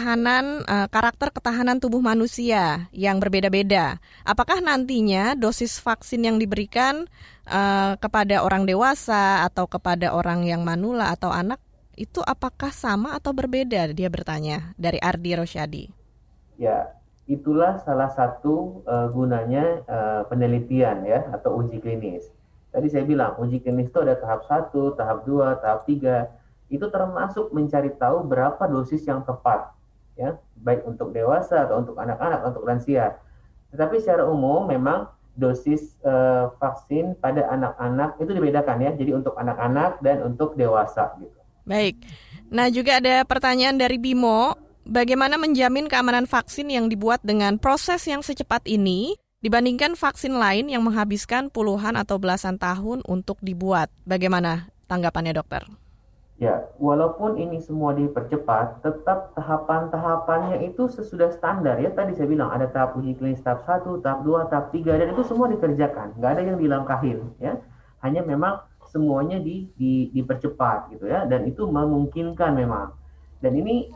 karakter ketahanan tubuh manusia yang berbeda-beda. Apakah nantinya dosis vaksin yang diberikan kepada orang dewasa atau kepada orang yang manula atau anak itu apakah sama atau berbeda? Dia bertanya dari Ardi Rosyadi. Ya, itulah salah satu gunanya penelitian ya atau uji klinis. Tadi saya bilang, uji klinis itu ada tahap 1, tahap 2, tahap 3. Itu termasuk mencari tahu berapa dosis yang tepat, ya, baik untuk dewasa atau untuk anak-anak, untuk lansia. Tetapi secara umum memang dosis vaksin pada anak-anak itu dibedakan ya. Jadi untuk anak-anak dan untuk dewasa gitu. Baik. Nah, juga ada pertanyaan dari Bimo, bagaimana menjamin keamanan vaksin yang dibuat dengan proses yang secepat ini dibandingkan vaksin lain yang menghabiskan puluhan atau belasan tahun untuk dibuat? Bagaimana tanggapannya, dokter? Ya, walaupun ini semua dipercepat, tetap tahapan-tahapannya itu sesudah standar ya. Tadi saya bilang ada tahap uji klinis tahap 1, tahap 2, tahap 3, dan itu semua dikerjakan. Nggak ada yang dilangkahin ya. Hanya memang semuanya dipercepat gitu ya. Dan itu memungkinkan memang. Dan ini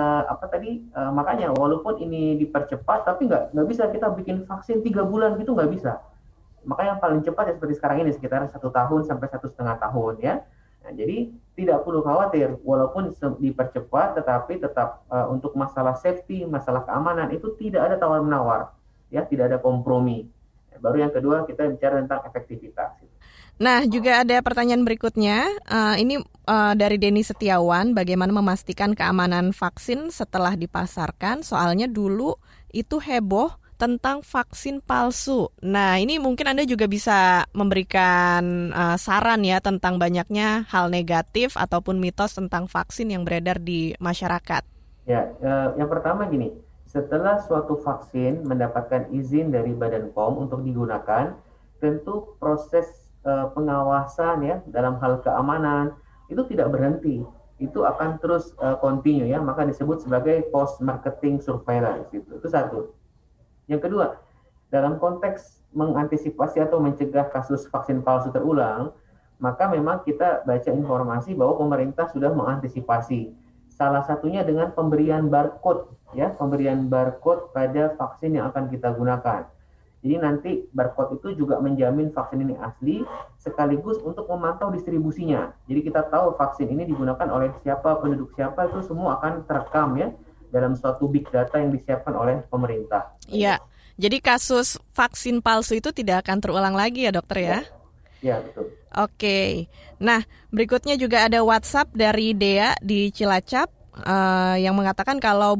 makanya walaupun ini dipercepat, tapi nggak bisa kita bikin vaksin 3 bulan gitu, nggak bisa. Makanya yang paling cepat ya seperti sekarang ini sekitar 1 tahun sampai 1,5 tahun ya. Nah, jadi tidak perlu khawatir walaupun dipercepat, tetapi tetap untuk masalah safety, masalah keamanan itu tidak ada tawar menawar ya, tidak ada kompromi. Baru yang kedua kita bicara tentang efektivitas. Nah, juga ada pertanyaan berikutnya. Ini dari Denny Setiawan, bagaimana memastikan keamanan vaksin setelah dipasarkan? Soalnya dulu itu heboh tentang vaksin palsu. Nah, ini mungkin Anda juga bisa memberikan saran ya tentang banyaknya hal negatif ataupun mitos tentang vaksin yang beredar di masyarakat. Ya, yang pertama gini, setelah suatu vaksin mendapatkan izin dari Badan POM untuk digunakan, tentu proses pengawasan ya dalam hal keamanan itu tidak berhenti. Itu akan terus continue ya, maka disebut sebagai post marketing surveillance itu satu. Yang kedua, dalam konteks mengantisipasi atau mencegah kasus vaksin palsu terulang, maka memang kita baca informasi bahwa pemerintah sudah mengantisipasi. Salah satunya dengan pemberian barcode ya, pemberian barcode pada vaksin yang akan kita gunakan. Jadi nanti barcode itu juga menjamin vaksin ini asli, sekaligus untuk memantau distribusinya. Jadi kita tahu vaksin ini digunakan oleh siapa, penduduk siapa, itu semua akan terekam ya dalam suatu big data yang disiapkan oleh pemerintah. Iya, jadi kasus vaksin palsu itu tidak akan terulang lagi ya dokter ya? Iya, betul. Oke, nah berikutnya juga ada WhatsApp dari Dea di Cilacap yang mengatakan kalau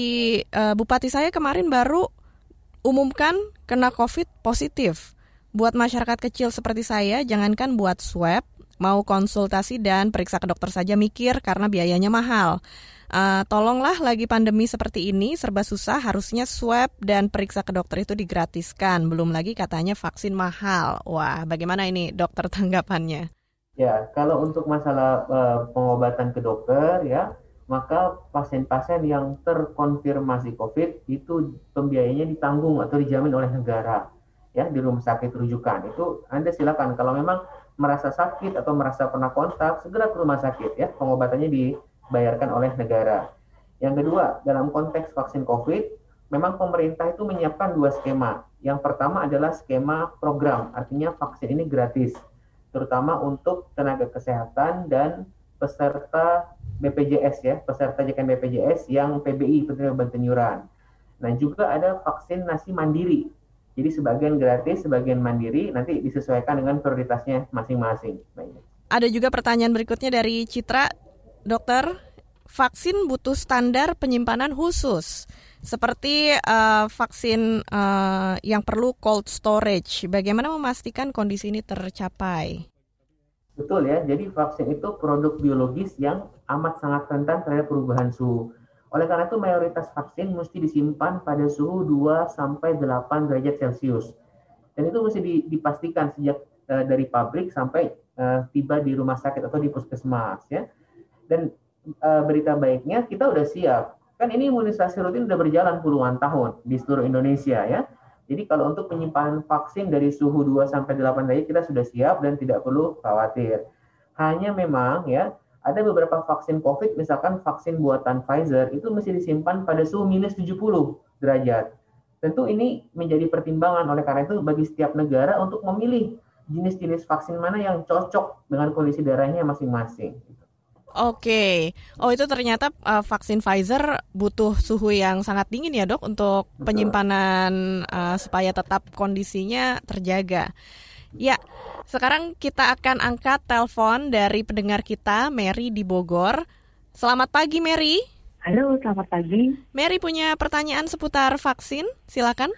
bupati saya kemarin baru umumkan kena COVID positif. Buat masyarakat kecil seperti saya, jangankan buat swab, mau konsultasi dan periksa ke dokter saja mikir karena biayanya mahal. Tolonglah lagi pandemi seperti ini, serba susah, harusnya swab dan periksa ke dokter itu digratiskan. Belum lagi katanya vaksin mahal. Wah, bagaimana ini dokter tanggapannya? Ya, kalau untuk masalah pengobatan ke dokter ya, maka pasien-pasien yang terkonfirmasi COVID itu pembiayanya ditanggung atau dijamin oleh negara ya di rumah sakit rujukan. Itu Anda silakan kalau memang merasa sakit atau merasa pernah kontak, segera ke rumah sakit ya, pengobatannya dibayarkan oleh negara. Yang kedua, dalam konteks vaksin COVID, memang pemerintah itu menyiapkan 2 skema. Yang pertama adalah skema program, artinya vaksin ini gratis, terutama untuk tenaga kesehatan dan peserta BPJS ya, peserta JKN BPJS yang PBI, penerima bantuan iuran. Nah, juga ada vaksinasi mandiri. Jadi sebagian gratis, sebagian mandiri, nanti disesuaikan dengan prioritasnya masing-masing. Ada juga pertanyaan berikutnya dari Citra, dokter, vaksin butuh standar penyimpanan khusus, seperti vaksin yang perlu cold storage. Bagaimana memastikan kondisi ini tercapai? Betul ya, jadi vaksin itu produk biologis yang amat sangat rentan terhadap perubahan suhu. Oleh karena itu mayoritas vaksin mesti disimpan pada suhu 2-8 derajat Celcius. Dan itu mesti dipastikan sejak dari pabrik sampai tiba di rumah sakit atau di puskesmas ya. Dan berita baiknya kita udah siap. Kan ini imunisasi rutin udah berjalan puluhan tahun di seluruh Indonesia ya. Jadi kalau untuk penyimpanan vaksin dari suhu 2-8 derajat kita sudah siap dan tidak perlu khawatir. Hanya memang ya ada beberapa vaksin COVID, misalkan vaksin buatan Pfizer itu mesti disimpan pada suhu minus 70 derajat. Tentu ini menjadi pertimbangan oleh karena itu bagi setiap negara untuk memilih jenis-jenis vaksin mana yang cocok dengan kondisi daerahnya masing-masing. Oke, itu ternyata vaksin Pfizer butuh suhu yang sangat dingin ya dok untuk penyimpanan supaya tetap kondisinya terjaga. Ya, sekarang kita akan angkat telepon dari pendengar kita, Mary di Bogor. Selamat pagi Mary. Halo, selamat pagi. Mary punya pertanyaan seputar vaksin, silakan.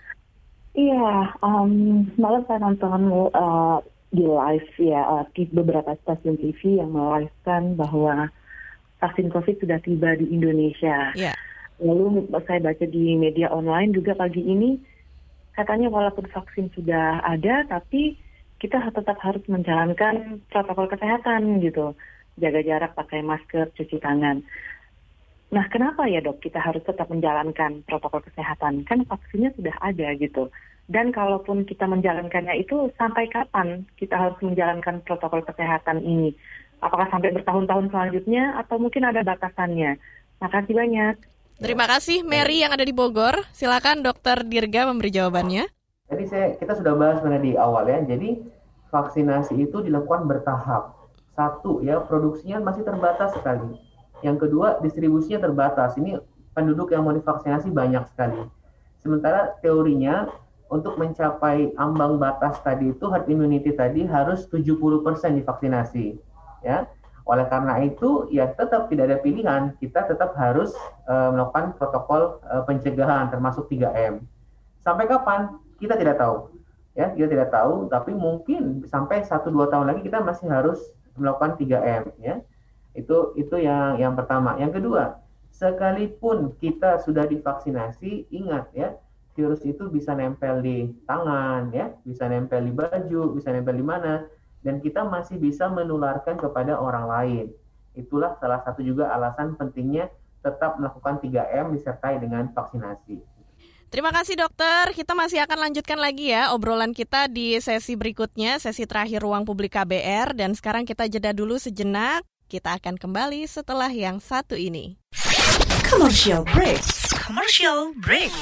Iya, malam saya nonton di live ya, di beberapa stasiun TV yang melive-kan bahwa vaksin COVID sudah tiba di Indonesia. Yeah. Lalu saya baca di media online juga pagi ini, katanya walaupun vaksin sudah ada, tapi kita tetap harus menjalankan protokol kesehatan gitu. Jaga jarak, pakai masker, cuci tangan. Nah, kenapa ya dok kita harus tetap menjalankan protokol kesehatan? Kan vaksinnya sudah ada gitu. Dan kalaupun kita menjalankannya itu sampai kapan kita harus menjalankan protokol kesehatan ini? Apakah sampai bertahun-tahun selanjutnya atau mungkin ada batasannya? Makasih banyak. Terima kasih Mary yang ada di Bogor. Silakan Dr. Dirga memberi jawabannya. Jadi kita sudah bahas di awal ya. Jadi vaksinasi itu dilakukan bertahap. Satu ya, produksinya masih terbatas sekali. Yang kedua, distribusinya terbatas. Ini penduduk yang mau divaksinasi banyak sekali. Sementara teorinya untuk mencapai ambang batas tadi itu herd immunity tadi harus 70% divaksinasi ya. Oleh karena itu ya tetap tidak ada pilihan, kita tetap harus melakukan protokol pencegahan termasuk 3M. Sampai kapan? Kita tidak tahu. Ya, kita tidak tahu, tapi mungkin sampai 1-2 tahun lagi kita masih harus melakukan 3M ya. Itu yang pertama. Yang kedua, sekalipun kita sudah divaksinasi, ingat ya, virus itu bisa nempel di tangan ya, bisa nempel di baju, bisa nempel di mana, dan kita masih bisa menularkan kepada orang lain. Itulah salah satu juga alasan pentingnya tetap melakukan 3M disertai dengan vaksinasi. Terima kasih dokter, kita masih akan lanjutkan lagi ya obrolan kita di sesi berikutnya, sesi terakhir Ruang Publik KBR, dan sekarang kita jeda dulu sejenak, kita akan kembali setelah yang satu ini. Commercial break. Commercial break.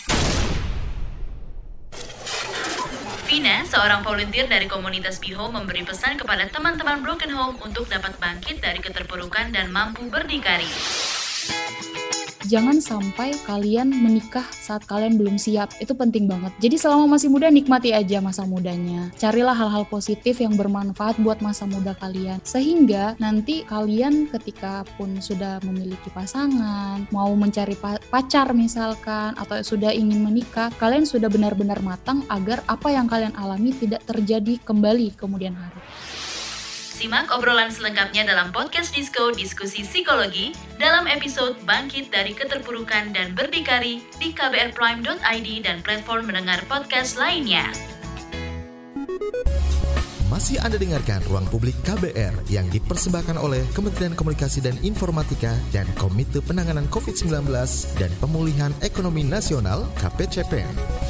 Vina, seorang volunteer dari komunitas BeHome, memberi pesan kepada teman-teman Broken Home untuk dapat bangkit dari keterpurukan dan mampu berdikari. Jangan sampai kalian menikah saat kalian belum siap. Itu penting banget. Jadi selama masih muda, nikmati aja masa mudanya. Carilah hal-hal positif yang bermanfaat buat masa muda kalian. Sehingga nanti kalian ketika pun sudah memiliki pasangan, mau mencari pacar misalkan, atau sudah ingin menikah, kalian sudah benar-benar matang agar apa yang kalian alami tidak terjadi kembali kemudian hari. Simak obrolan selengkapnya dalam podcast Disko Diskusi Psikologi dalam episode Bangkit dari Keterpurukan dan Berdikari di kbrprime.id dan platform mendengar podcast lainnya. Masih Anda dengarkan Ruang Publik KBR yang dipersembahkan oleh Kementerian Komunikasi dan Informatika dan Komite Penanganan COVID-19 dan Pemulihan Ekonomi Nasional KPCPN.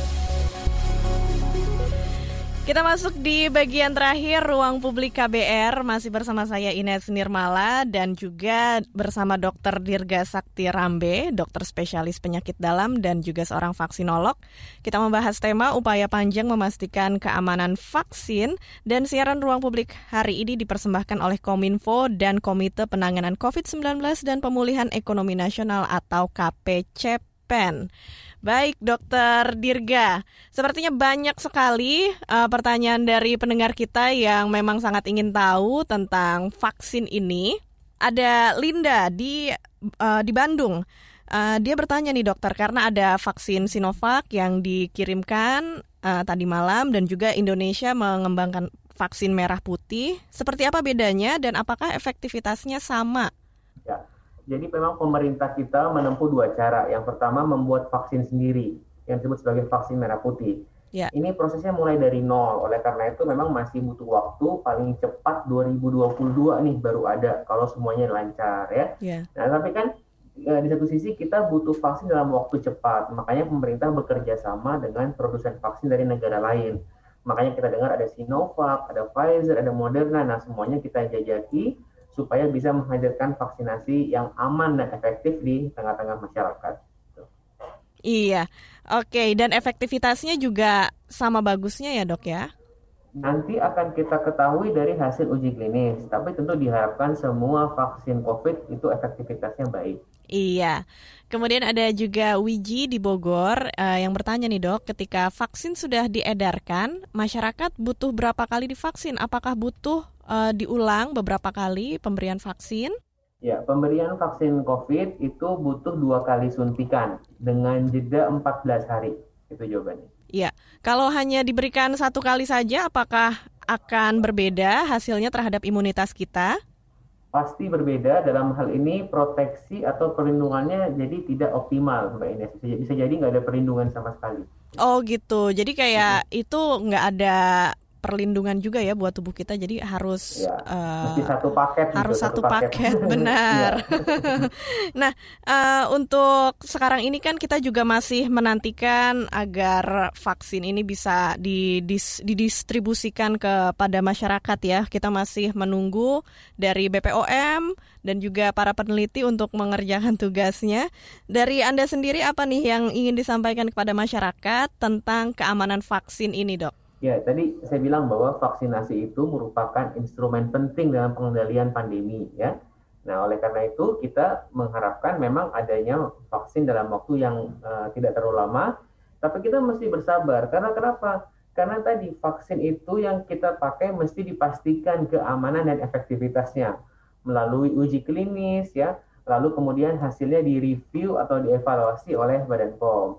Kita masuk di bagian terakhir Ruang Publik KBR, masih bersama saya Ines Nirmala dan juga bersama Dr. Dirga Sakti Rambe, dokter spesialis penyakit dalam dan juga seorang vaksinolog. Kita membahas tema upaya panjang memastikan keamanan vaksin, dan siaran Ruang Publik hari ini dipersembahkan oleh Kominfo dan Komite Penanganan COVID-19 dan Pemulihan Ekonomi Nasional atau KPCPEN. Baik, Dokter Dirga, sepertinya banyak sekali pertanyaan dari pendengar kita yang memang sangat ingin tahu tentang vaksin ini. Ada Linda di Bandung. Dia bertanya nih dokter, karena ada vaksin Sinovac yang dikirimkan tadi malam dan juga Indonesia mengembangkan vaksin merah putih. Seperti apa bedanya dan apakah efektivitasnya sama? Ya. Jadi memang pemerintah kita menempuh 2 cara. Yang pertama membuat vaksin sendiri yang disebut sebagai vaksin merah putih. Ya. Ini prosesnya mulai dari nol. Oleh karena itu memang masih butuh waktu, paling cepat 2022 nih baru ada kalau semuanya lancar ya. Nah tapi kan di satu sisi kita butuh vaksin dalam waktu cepat. Makanya pemerintah bekerja sama dengan produsen vaksin dari negara lain. Makanya kita dengar ada Sinovac, ada Pfizer, ada Moderna. Nah semuanya kita jajaki supaya bisa menghadirkan vaksinasi yang aman dan efektif di tengah-tengah masyarakat. Iya, oke. Dan efektivitasnya juga sama bagusnya ya dok ya? Nanti akan kita ketahui dari hasil uji klinis, tapi tentu diharapkan semua vaksin COVID itu efektivitasnya baik. Iya, kemudian ada juga Wiji di Bogor yang bertanya nih dok, ketika vaksin sudah diedarkan, masyarakat butuh berapa kali divaksin? Apakah butuh diulang beberapa kali pemberian vaksin? Ya, pemberian vaksin COVID itu butuh 2 kali suntikan dengan jeda 14 hari. Itu jawabannya. Iya, kalau hanya diberikan 1 kali saja, apakah akan berbeda hasilnya terhadap imunitas kita? Pasti berbeda. Dalam hal ini proteksi atau perlindungannya jadi tidak optimal, Mbak Ines. Bisa jadi nggak ada perlindungan sama sekali. Oh gitu, jadi kayak itu nggak ada perlindungan juga ya buat tubuh kita, jadi harus mesti satu paket. Harus gitu, satu paket, benar. Nah, untuk sekarang ini kan kita juga masih menantikan agar vaksin ini bisa didistribusikan kepada masyarakat ya. Kita masih menunggu dari BPOM dan juga para peneliti untuk mengerjakan tugasnya. Dari Anda sendiri apa nih yang ingin disampaikan kepada masyarakat tentang keamanan vaksin ini, Dok? Ya, tadi saya bilang bahwa vaksinasi itu merupakan instrumen penting dalam pengendalian pandemi, ya. Nah, oleh karena itu kita mengharapkan memang adanya vaksin dalam waktu yang tidak terlalu lama, tapi kita mesti bersabar. Karena kenapa? Karena tadi vaksin itu yang kita pakai mesti dipastikan keamanan dan efektivitasnya melalui uji klinis, ya. Lalu kemudian hasilnya direview atau dievaluasi oleh Badan POM.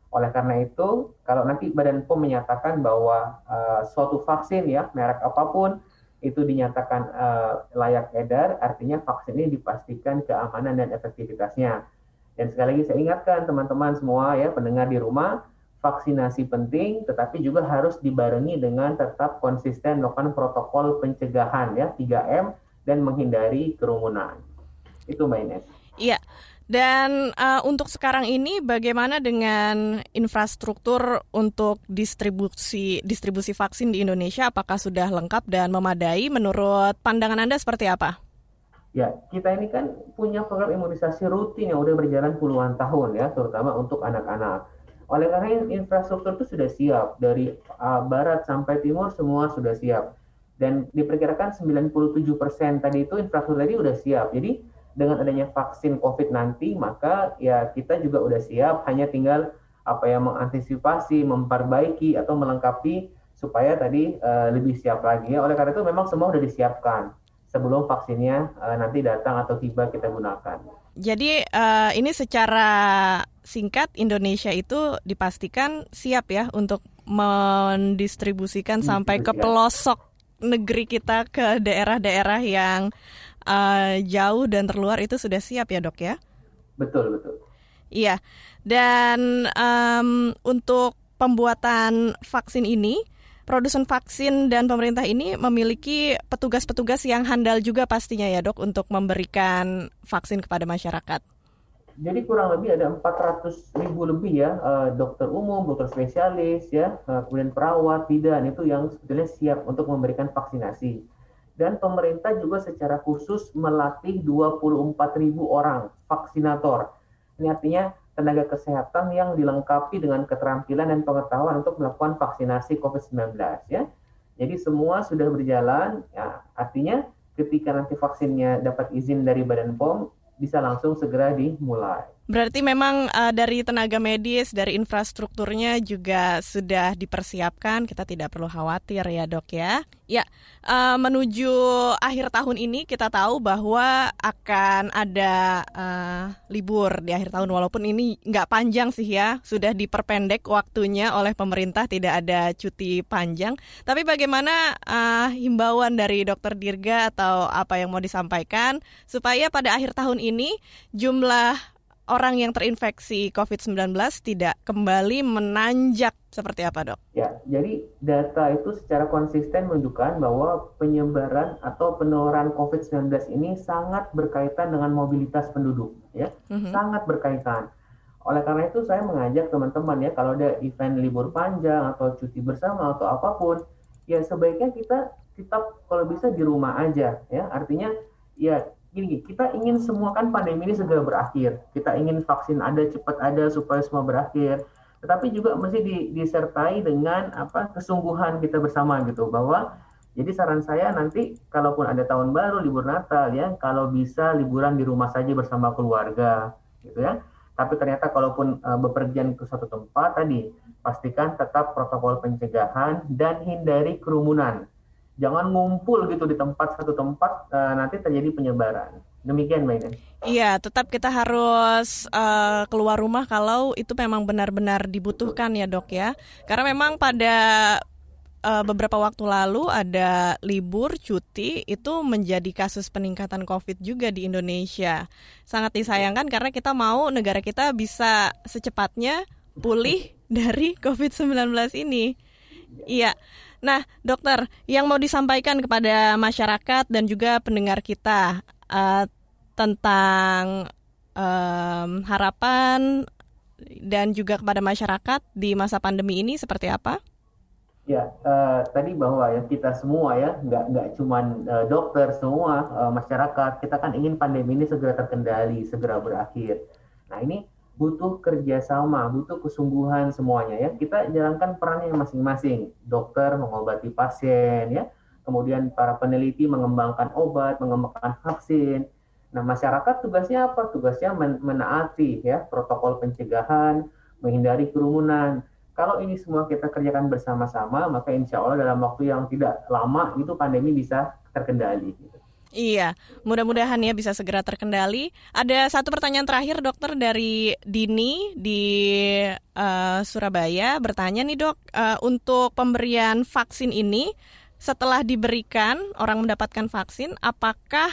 Oleh karena itu, kalau nanti Badan POM menyatakan bahwa suatu vaksin ya, merek apapun, itu dinyatakan layak edar, artinya vaksin ini dipastikan keamanan dan efektivitasnya. Dan sekali lagi saya ingatkan teman-teman semua ya, pendengar di rumah, vaksinasi penting, tetapi juga harus dibarengi dengan tetap konsisten melakukan protokol pencegahan ya, 3M, dan menghindari kerumunan. Itu Mbak Ines. Iya. Dan untuk sekarang ini bagaimana dengan infrastruktur untuk distribusi vaksin di Indonesia? Apakah sudah lengkap dan memadai? Menurut pandangan Anda seperti apa? Ya, kita ini kan punya program imunisasi rutin yang udah berjalan puluhan tahun ya, terutama untuk anak-anak. Oleh karena infrastruktur itu sudah siap, dari barat sampai timur semua sudah siap. Dan diperkirakan 97% tadi itu infrastruktur tadi udah siap. Jadi dengan adanya vaksin COVID nanti, maka ya kita juga udah siap, hanya tinggal mengantisipasi, memperbaiki atau melengkapi supaya tadi lebih siap lagi ya. Oleh karena itu memang semua udah disiapkan sebelum vaksinnya nanti datang atau tiba kita gunakan. Jadi ini secara singkat Indonesia itu dipastikan siap ya untuk mendistribusikan sampai ke pelosok negeri kita, ke daerah-daerah yang jauh dan terluar, itu sudah siap ya dok ya? Betul. Iya, dan untuk pembuatan vaksin ini, produsen vaksin dan pemerintah ini memiliki petugas-petugas yang handal juga pastinya ya dok untuk memberikan vaksin kepada masyarakat. Jadi kurang lebih ada 400.000 lebih ya, dokter umum, dokter spesialis ya, kemudian perawat, bidan itu yang sebetulnya siap untuk memberikan vaksinasi. Dan pemerintah juga secara khusus melatih 24.000 orang vaksinator. Ini artinya tenaga kesehatan yang dilengkapi dengan keterampilan dan pengetahuan untuk melakukan vaksinasi COVID-19 ya. Jadi semua sudah berjalan, ya, artinya ketika nanti vaksinnya dapat izin dari Badan POM, bisa langsung segera dimulai. Berarti memang dari tenaga medis, dari infrastrukturnya juga sudah dipersiapkan, kita tidak perlu khawatir ya dok ya. Ya, menuju akhir tahun ini kita tahu bahwa akan ada libur di akhir tahun, walaupun ini nggak panjang sih ya, sudah diperpendek waktunya oleh pemerintah, tidak ada cuti panjang. Tapi bagaimana himbauan dari Dr. Dirga atau apa yang mau disampaikan supaya pada akhir tahun ini jumlah orang yang terinfeksi COVID-19 tidak kembali menanjak seperti apa dok? Ya, jadi data itu secara konsisten menunjukkan bahwa penyebaran atau penularan COVID-19 ini sangat berkaitan dengan mobilitas penduduk, ya, sangat berkaitan. Oleh karena itu saya mengajak teman-teman ya, kalau ada event libur panjang atau cuti bersama atau apapun, ya sebaiknya kita tetap kalau bisa di rumah aja, ya. Artinya ya gini, kita ingin semua kan pandemi ini segera berakhir. Kita ingin vaksin cepat ada supaya semua berakhir. Tetapi juga mesti disertai dengan kesungguhan kita bersama gitu, bahwa jadi saran saya nanti kalaupun ada tahun baru, libur Natal ya, kalau bisa liburan di rumah saja bersama keluarga gitu ya. Tapi ternyata kalaupun bepergian ke suatu tempat tadi, pastikan tetap protokol pencegahan dan hindari kerumunan. Jangan ngumpul gitu di satu tempat, nanti terjadi penyebaran. Demikian Mbak Ines. Iya, tetap kita harus keluar rumah kalau itu memang benar-benar dibutuhkan ya dok ya. Karena memang pada beberapa waktu lalu ada libur, cuti, itu menjadi kasus peningkatan COVID juga di Indonesia. Sangat disayangkan karena kita mau negara kita bisa secepatnya pulih dari COVID-19 ini. Iya. Nah, dokter, yang mau disampaikan kepada masyarakat dan juga pendengar kita tentang harapan dan juga kepada masyarakat di masa pandemi ini seperti apa? Ya, tadi bahwa ya kita semua ya, nggak cuma dokter, semua masyarakat, kita kan ingin pandemi ini segera terkendali, segera berakhir. Nah ini butuh kerjasama, butuh kesungguhan semuanya ya. Kita jalankan perannya masing-masing. Dokter mengobati pasien ya, kemudian para peneliti mengembangkan obat, mengembangkan vaksin. Nah masyarakat tugasnya apa? Tugasnya menaati ya protokol pencegahan, menghindari kerumunan. Kalau ini semua kita kerjakan bersama-sama, maka insya Allah dalam waktu yang tidak lama itu pandemi bisa terkendali. Iya, mudah-mudahan ya bisa segera terkendali. Ada satu pertanyaan terakhir dokter dari Dini di Surabaya, bertanya nih dok, untuk pemberian vaksin ini setelah diberikan orang mendapatkan vaksin, apakah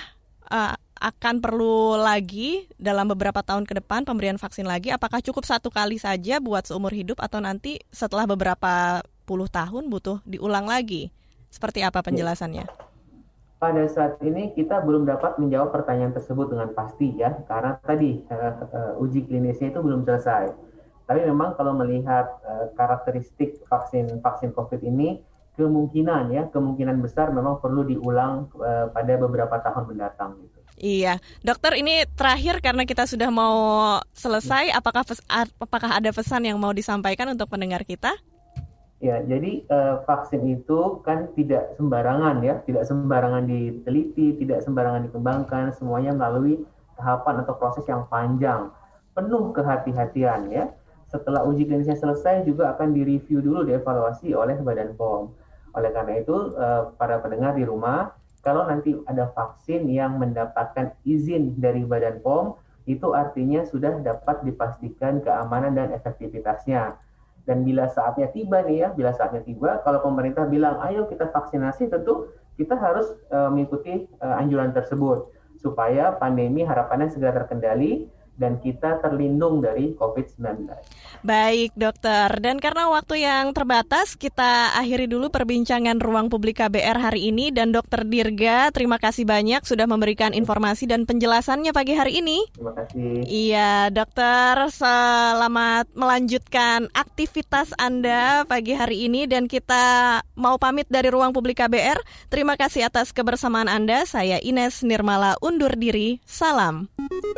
akan perlu lagi dalam beberapa tahun ke depan pemberian vaksin lagi? Apakah cukup 1 kali saja buat seumur hidup atau nanti setelah beberapa puluh tahun butuh diulang lagi? Seperti apa penjelasannya? Pada saat ini kita belum dapat menjawab pertanyaan tersebut dengan pasti ya, karena tadi uji klinisnya itu belum selesai. Tapi memang kalau melihat karakteristik vaksin COVID ini, kemungkinan besar memang perlu diulang pada beberapa tahun mendatang gitu. Iya, dokter ini terakhir karena kita sudah mau selesai, apakah ada pesan yang mau disampaikan untuk pendengar kita? Ya, jadi vaksin itu kan tidak sembarangan ya, tidak sembarangan diteliti, tidak sembarangan dikembangkan, semuanya melalui tahapan atau proses yang panjang, penuh kehati-hatian ya. Setelah uji klinisnya selesai juga akan direview dulu, dievaluasi oleh Badan POM. Oleh karena itu, para pendengar di rumah, kalau nanti ada vaksin yang mendapatkan izin dari Badan POM, itu artinya sudah dapat dipastikan keamanan dan efektivitasnya. Dan bila saatnya tiba, kalau pemerintah bilang, ayo kita vaksinasi, tentu kita harus mengikuti anjuran tersebut, supaya pandemi harapannya segera terkendali, dan kita terlindung dari COVID-19. Baik dokter, dan karena waktu yang terbatas, kita akhiri dulu perbincangan Ruang Publik KBR hari ini. Dan Dokter Dirga, terima kasih banyak sudah memberikan informasi dan penjelasannya pagi hari ini. Terima kasih. Iya dokter, selamat melanjutkan aktivitas Anda pagi hari ini. Dan kita mau pamit dari Ruang Publik KBR. Terima kasih atas kebersamaan Anda. Saya Ines Nirmala undur diri. Salam.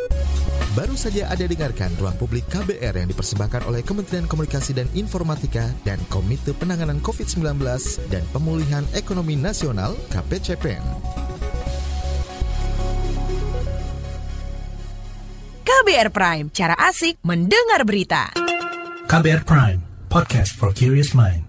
Baru saja Anda dengarkan Ruang Publik KBR yang dipersembahkan oleh Kementerian Komunikasi dan Informatika dan Komite Penanganan COVID-19 dan Pemulihan Ekonomi Nasional KPCPN. KBR Prime, cara asik mendengar berita. KBR Prime, podcast for curious mind.